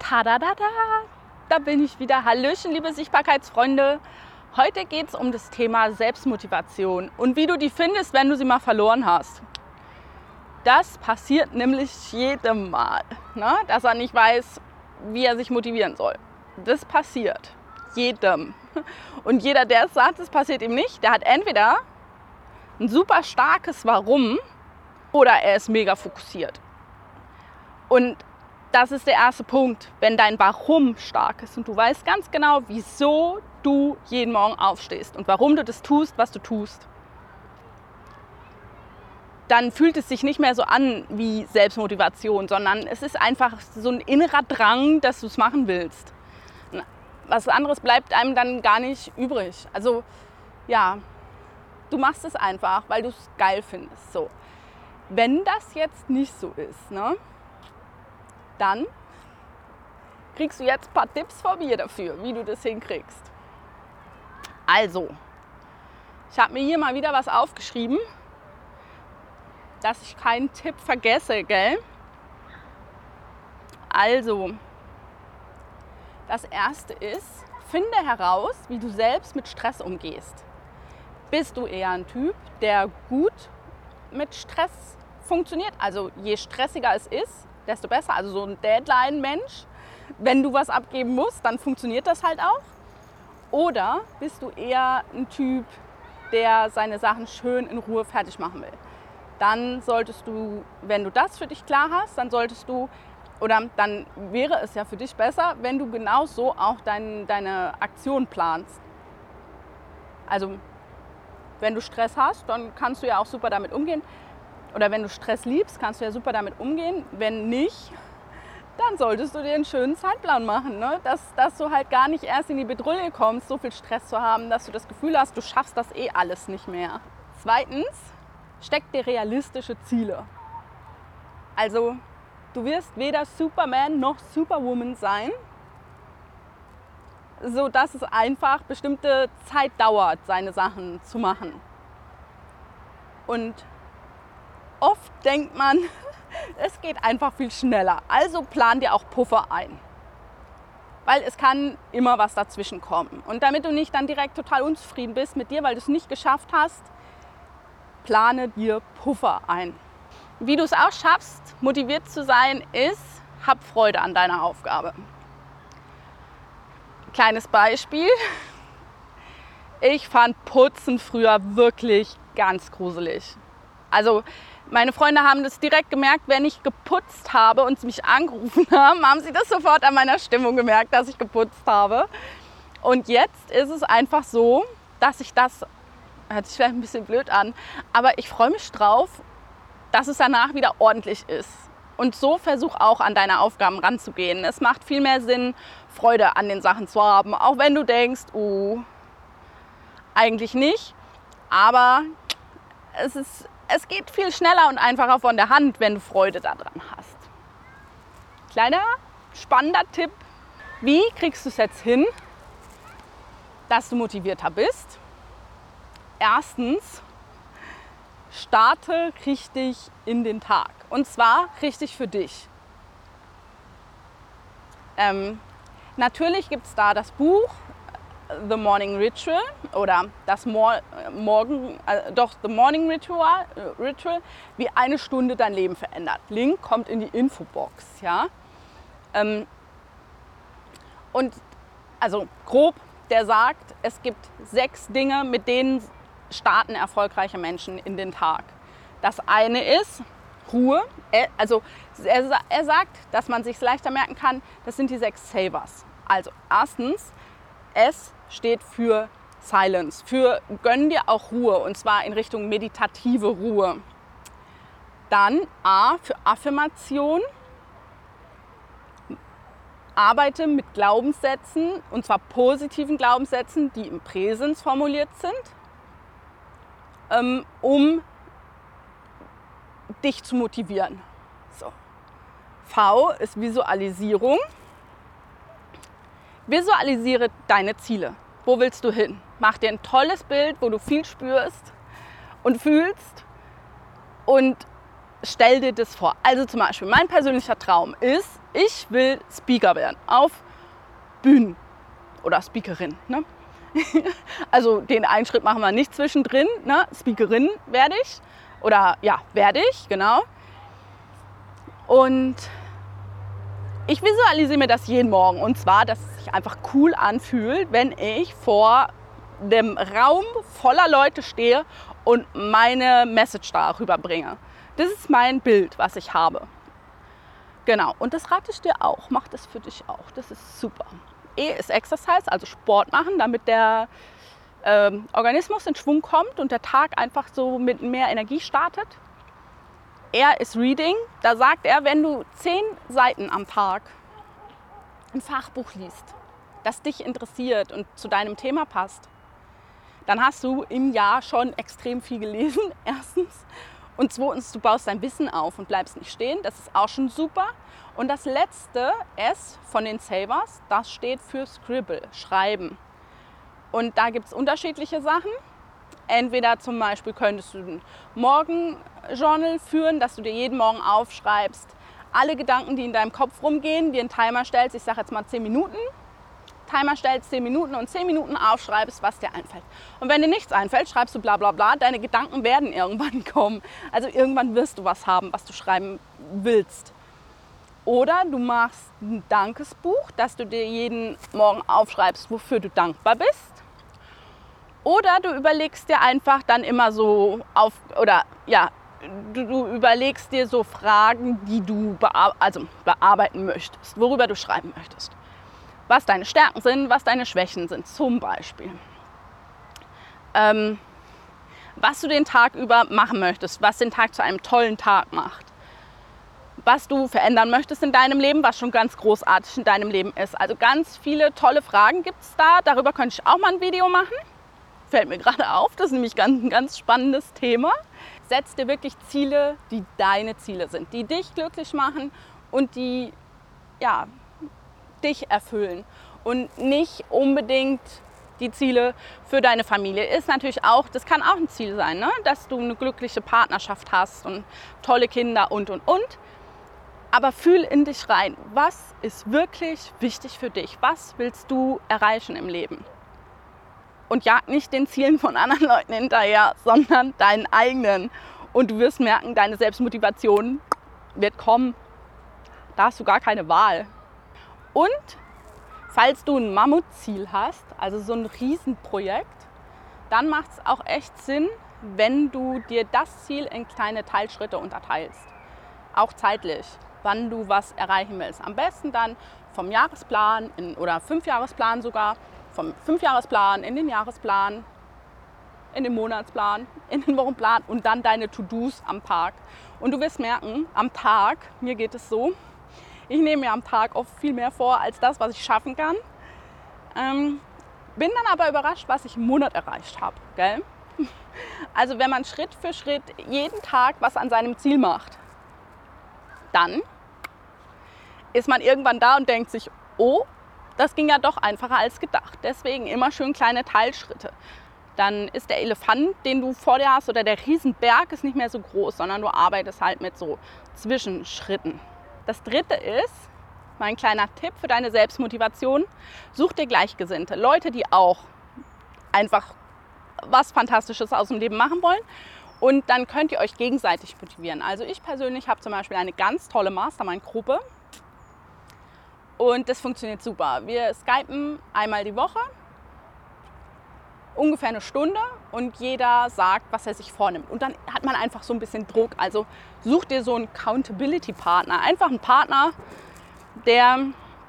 Tadadada, da bin ich wieder. Hallöchen, liebe Sichtbarkeitsfreunde. Heute geht es um das Thema Selbstmotivation und wie du die findest, wenn du sie mal verloren hast. Das passiert nämlich jedem Mal, ne? Dass er nicht weiß, wie er sich motivieren soll. Das passiert jedem. Und jeder, der es sagt, es passiert ihm nicht, der hat entweder ein super starkes Warum oder er ist mega fokussiert. Und das ist der erste Punkt, wenn dein Warum stark ist und du weißt ganz genau, wieso du jeden Morgen aufstehst und warum du das tust, was du tust. Dann fühlt es sich nicht mehr so an wie Selbstmotivation, sondern es ist einfach so ein innerer Drang, dass du es machen willst. Was anderes bleibt einem dann gar nicht übrig. Also ja, du machst es einfach, weil du es geil findest. So. Wenn das jetzt nicht so ist, ne, dann kriegst du jetzt ein paar Tipps von mir dafür, wie du das hinkriegst. Also, ich habe mir hier mal wieder was aufgeschrieben, dass ich keinen Tipp vergesse, gell? Also, das erste ist, finde heraus, wie du selbst mit Stress umgehst. Bist du eher ein Typ, der gut mit Stress funktioniert? Also, je stressiger es ist, desto besser. Also so ein Deadline-Mensch, wenn du was abgeben musst, dann funktioniert das halt auch. Oder bist du eher ein Typ, der seine Sachen schön in Ruhe fertig machen will? Dann solltest du, wenn du das für dich klar hast, dann wäre es ja für dich besser, wenn du genau so auch deine Aktion planst. Also wenn du Stress hast, dann kannst du ja auch super damit umgehen. Oder wenn du Stress liebst, kannst du ja super damit umgehen. Wenn nicht, dann solltest du dir einen schönen Zeitplan machen, ne? Dass du halt gar nicht erst in die Bedrulle kommst, so viel Stress zu haben, dass du das Gefühl hast, du schaffst das eh alles nicht mehr. Zweitens, steck dir realistische Ziele. Also, du wirst weder Superman noch Superwoman sein, sodass es einfach bestimmte Zeit dauert, seine Sachen zu machen. Und oft denkt man, es geht einfach viel schneller. Also plan dir auch Puffer ein. Weil es kann immer was dazwischen kommen. Und damit du nicht dann direkt total unzufrieden bist mit dir, weil du es nicht geschafft hast, plane dir Puffer ein. Wie du es auch schaffst, motiviert zu sein, ist, hab Freude an deiner Aufgabe. Kleines Beispiel. Ich fand Putzen früher wirklich ganz gruselig. Also meine Freunde haben das direkt gemerkt, wenn ich geputzt habe und sie mich angerufen haben sie das sofort an meiner Stimmung gemerkt, dass ich geputzt habe. Und jetzt ist es einfach so, dass ich das, hört sich vielleicht ein bisschen blöd an, aber ich freue mich drauf, dass es danach wieder ordentlich ist. Und so versuch auch an deine Aufgaben ranzugehen. Es macht viel mehr Sinn, Freude an den Sachen zu haben, auch wenn du denkst, eigentlich nicht, aber es geht viel schneller und einfacher von der Hand, wenn du Freude daran hast. Kleiner, spannender Tipp. Wie kriegst du es jetzt hin, dass du motivierter bist? Erstens, starte richtig in den Tag. Und zwar richtig für dich. Natürlich gibt es da das Buch The Morning Ritual oder The Morning Ritual, wie eine Stunde dein Leben verändert. Link kommt in die Infobox. Ja? Und also grob, der sagt, es gibt 6 Dinge, mit denen starten erfolgreiche Menschen in den Tag. Das eine ist Ruhe. Also er sagt, dass man sich leichter merken kann, das sind die 6 Savers. Also erstens, S steht für Silence, für gönn dir auch Ruhe und zwar in Richtung meditative Ruhe. Dann A für Affirmation, arbeite mit Glaubenssätzen und zwar positiven Glaubenssätzen, die im Präsens formuliert sind, um dich zu motivieren. So. V ist Visualisierung. Visualisiere deine Ziele. Wo willst du hin? Mach dir ein tolles Bild, wo du viel spürst und fühlst und stell dir das vor. Also zum Beispiel, mein persönlicher Traum ist, ich will Speaker werden auf Bühnen oder Speakerin. Ne? Also den einen Schritt machen wir nicht zwischendrin. Ne? Speakerin werde ich oder ja, werde ich, genau. Und ich visualisiere mir das jeden Morgen und zwar, dass es sich einfach cool anfühlt, wenn ich vor dem Raum voller Leute stehe und meine Message da rüberbringe. Das ist mein Bild, was ich habe. Genau, und das rate ich dir auch. Mach das für dich auch. Das ist super. E ist Exercise, also Sport machen, damit der Organismus in Schwung kommt und der Tag einfach so mit mehr Energie startet. R ist Reading. Da sagt er, wenn du 10 Seiten am Tag ein Fachbuch liest, das dich interessiert und zu deinem Thema passt, dann hast du im Jahr schon extrem viel gelesen, erstens. Und zweitens, du baust dein Wissen auf und bleibst nicht stehen. Das ist auch schon super. Und das letzte S von den Savers, das steht für Scribble, Schreiben. Und da gibt es unterschiedliche Sachen. Entweder zum Beispiel könntest du ein Morgenjournal führen, dass du dir jeden Morgen aufschreibst, alle Gedanken, die in deinem Kopf rumgehen, dir einen Timer stellst, ich sage jetzt mal 10 Minuten. Timer stellst 10 Minuten und 10 Minuten aufschreibst, was dir einfällt. Und wenn dir nichts einfällt, schreibst du bla bla bla, deine Gedanken werden irgendwann kommen. Also irgendwann wirst du was haben, was du schreiben willst. Oder du machst ein Dankesbuch, dass du dir jeden Morgen aufschreibst, wofür du dankbar bist. Oder du überlegst dir einfach dann immer so du überlegst dir so Fragen, die du bearbeiten möchtest, worüber du schreiben möchtest. Was deine Stärken sind, was deine Schwächen sind, zum Beispiel. Was du den Tag über machen möchtest, was den Tag zu einem tollen Tag macht. Was du verändern möchtest in deinem Leben, was schon ganz großartig in deinem Leben ist. Also ganz viele tolle Fragen gibt es da. Darüber könnte ich auch mal ein Video machen. Fällt mir gerade auf, das ist nämlich ein ganz spannendes Thema. Setz dir wirklich Ziele, die deine Ziele sind, die dich glücklich machen und die dich erfüllen. Und nicht unbedingt die Ziele für deine Familie. Ist natürlich auch, das kann auch ein Ziel sein, ne? Dass du eine glückliche Partnerschaft hast und tolle Kinder und. Aber fühl in dich rein, was ist wirklich wichtig für dich? Was willst du erreichen im Leben? Und jag nicht den Zielen von anderen Leuten hinterher, sondern deinen eigenen. Und du wirst merken, deine Selbstmotivation wird kommen. Da hast du gar keine Wahl. Und falls du ein Mammutziel hast, also so ein Riesenprojekt, dann macht es auch echt Sinn, wenn du dir das Ziel in kleine Teilschritte unterteilst. Auch zeitlich, wann du was erreichen willst. Am besten dann vom Jahresplan oder 5-Jahresplan sogar. Vom 5-Jahresplan in den Jahresplan, in den Monatsplan, in den Wochenplan und dann deine To-Dos am Tag. Und du wirst merken, am Tag, mir geht es so, ich nehme mir am Tag oft viel mehr vor als das, was ich schaffen kann. Bin dann aber überrascht, was ich im Monat erreicht habe. Gell? Also wenn man Schritt für Schritt jeden Tag was an seinem Ziel macht, dann ist man irgendwann da und denkt sich, oh, das ging ja doch einfacher als gedacht. Deswegen immer schön kleine Teilschritte. Dann ist der Elefant, den du vor dir hast, oder der Riesenberg ist nicht mehr so groß, sondern du arbeitest halt mit so Zwischenschritten. Das dritte ist, mein kleiner Tipp für deine Selbstmotivation, such dir Gleichgesinnte. Leute, die auch einfach was Fantastisches aus dem Leben machen wollen. Und dann könnt ihr euch gegenseitig motivieren. Also ich persönlich habe zum Beispiel eine ganz tolle Mastermind-Gruppe. Und das funktioniert super. Wir skypen einmal die Woche, ungefähr eine Stunde und jeder sagt, was er sich vornimmt. Und dann hat man einfach so ein bisschen Druck. Also such dir so einen Accountability-Partner. Einfach einen Partner, der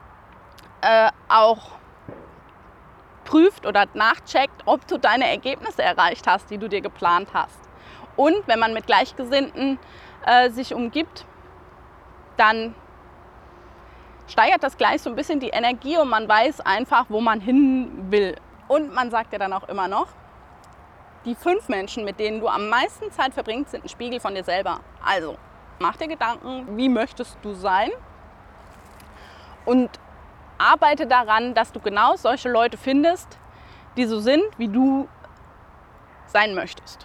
auch prüft oder nachcheckt, ob du deine Ergebnisse erreicht hast, die du dir geplant hast. Und wenn man mit Gleichgesinnten sich umgibt, dann steigert das gleich so ein bisschen die Energie und man weiß einfach, wo man hin will. Und man sagt ja dann auch immer noch, die 5 Menschen, mit denen du am meisten Zeit verbringst, sind ein Spiegel von dir selber. Also mach dir Gedanken, wie möchtest du sein und arbeite daran, dass du genau solche Leute findest, die so sind, wie du sein möchtest.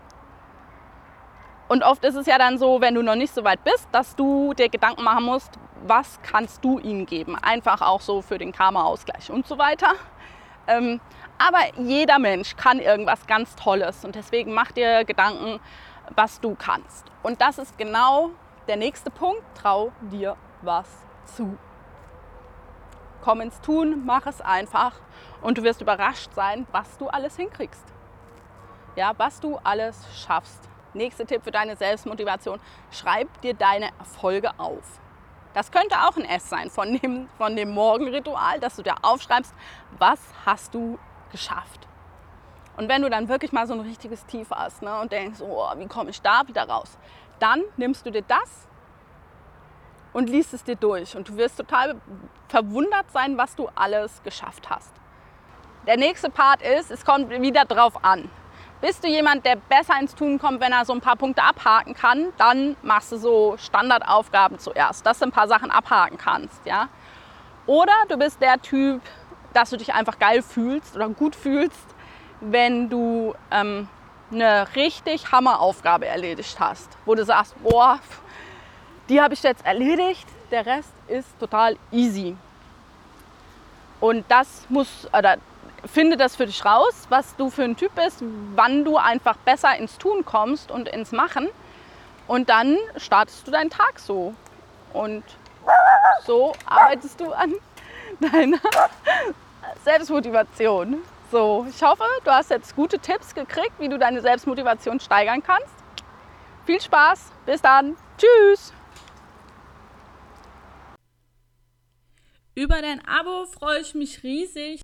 Und oft ist es ja dann so, wenn du noch nicht so weit bist, dass du dir Gedanken machen musst, was kannst du ihnen geben? Einfach auch so für den Karma-Ausgleich und so weiter. Aber jeder Mensch kann irgendwas ganz Tolles und deswegen mach dir Gedanken, was du kannst. Und das ist genau der nächste Punkt. Trau dir was zu. Komm ins Tun, mach es einfach und du wirst überrascht sein, was du alles hinkriegst. Ja, was du alles schaffst. Nächster Tipp für deine Selbstmotivation: Schreib dir deine Erfolge auf. Das könnte auch ein S sein von dem Morgenritual, dass du dir aufschreibst, was hast du geschafft. Und wenn du dann wirklich mal so ein richtiges Tief hast, ne, und denkst, oh, wie komme ich da wieder raus, dann nimmst du dir das und liest es dir durch. Und du wirst total verwundert sein, was du alles geschafft hast. Der nächste Part ist, es kommt wieder drauf an. Bist du jemand, der besser ins Tun kommt, wenn er so ein paar Punkte abhaken kann, dann machst du so Standardaufgaben zuerst, dass du ein paar Sachen abhaken kannst. Ja? Oder du bist der Typ, dass du dich einfach geil fühlst oder gut fühlst, wenn du eine richtig Hammeraufgabe erledigt hast, wo du sagst, boah, die habe ich jetzt erledigt, der Rest ist total easy. Und finde das für dich raus, was du für ein Typ bist, wann du einfach besser ins Tun kommst und ins Machen. Und dann startest du deinen Tag so. Und so arbeitest du an deiner Selbstmotivation. So, ich hoffe, du hast jetzt gute Tipps gekriegt, wie du deine Selbstmotivation steigern kannst. Viel Spaß, bis dann, tschüss! Über dein Abo freue ich mich riesig.